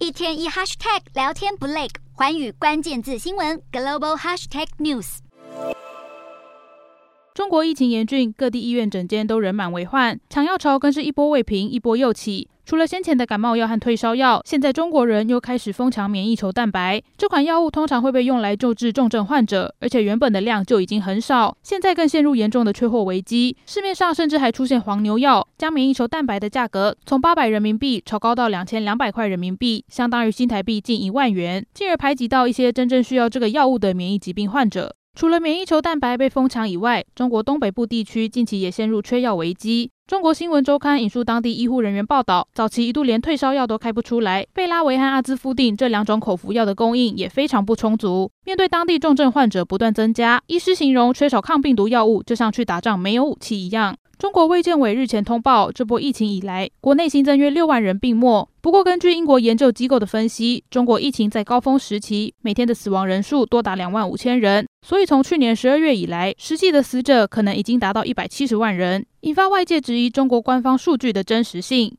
一天一 hashtag 聊天不累，寰宇关键字新闻 global hashtag news。 中国疫情严峻，各地医院诊间都人满为患，抢药潮更是一波未平，一波又起。除了先前的感冒药和退烧药，现在中国人又开始疯抢免疫球蛋白。这款药物通常会被用来救治重症患者，而且原本的量就已经很少，现在更陷入严重的缺货危机。市面上甚至还出现黄牛药，将免疫球蛋白的价格从800人民币炒高到2200块人民币，相当于新台币近1万元，进而排挤到一些真正需要这个药物的免疫疾病患者。除了免疫球蛋白被疯抢以外，中国东北部地区近期也陷入缺药危机。中国新闻周刊引述当地医护人员报道，早期一度连退烧药都开不出来，贝拉维和阿兹夫定这2种口服药的供应也非常不充足。面对当地重症患者不断增加，医师形容缺少抗病毒药物就像去打仗没有武器一样。中国卫健委日前通报，这波疫情以来，国内新增约6万人病末。不过，根据英国研究机构的分析，中国疫情在高峰时期每天的死亡人数多达25000人，所以从去年12月以来，实际的死者可能已经达到170万人，引发外界质疑中国官方数据的真实性。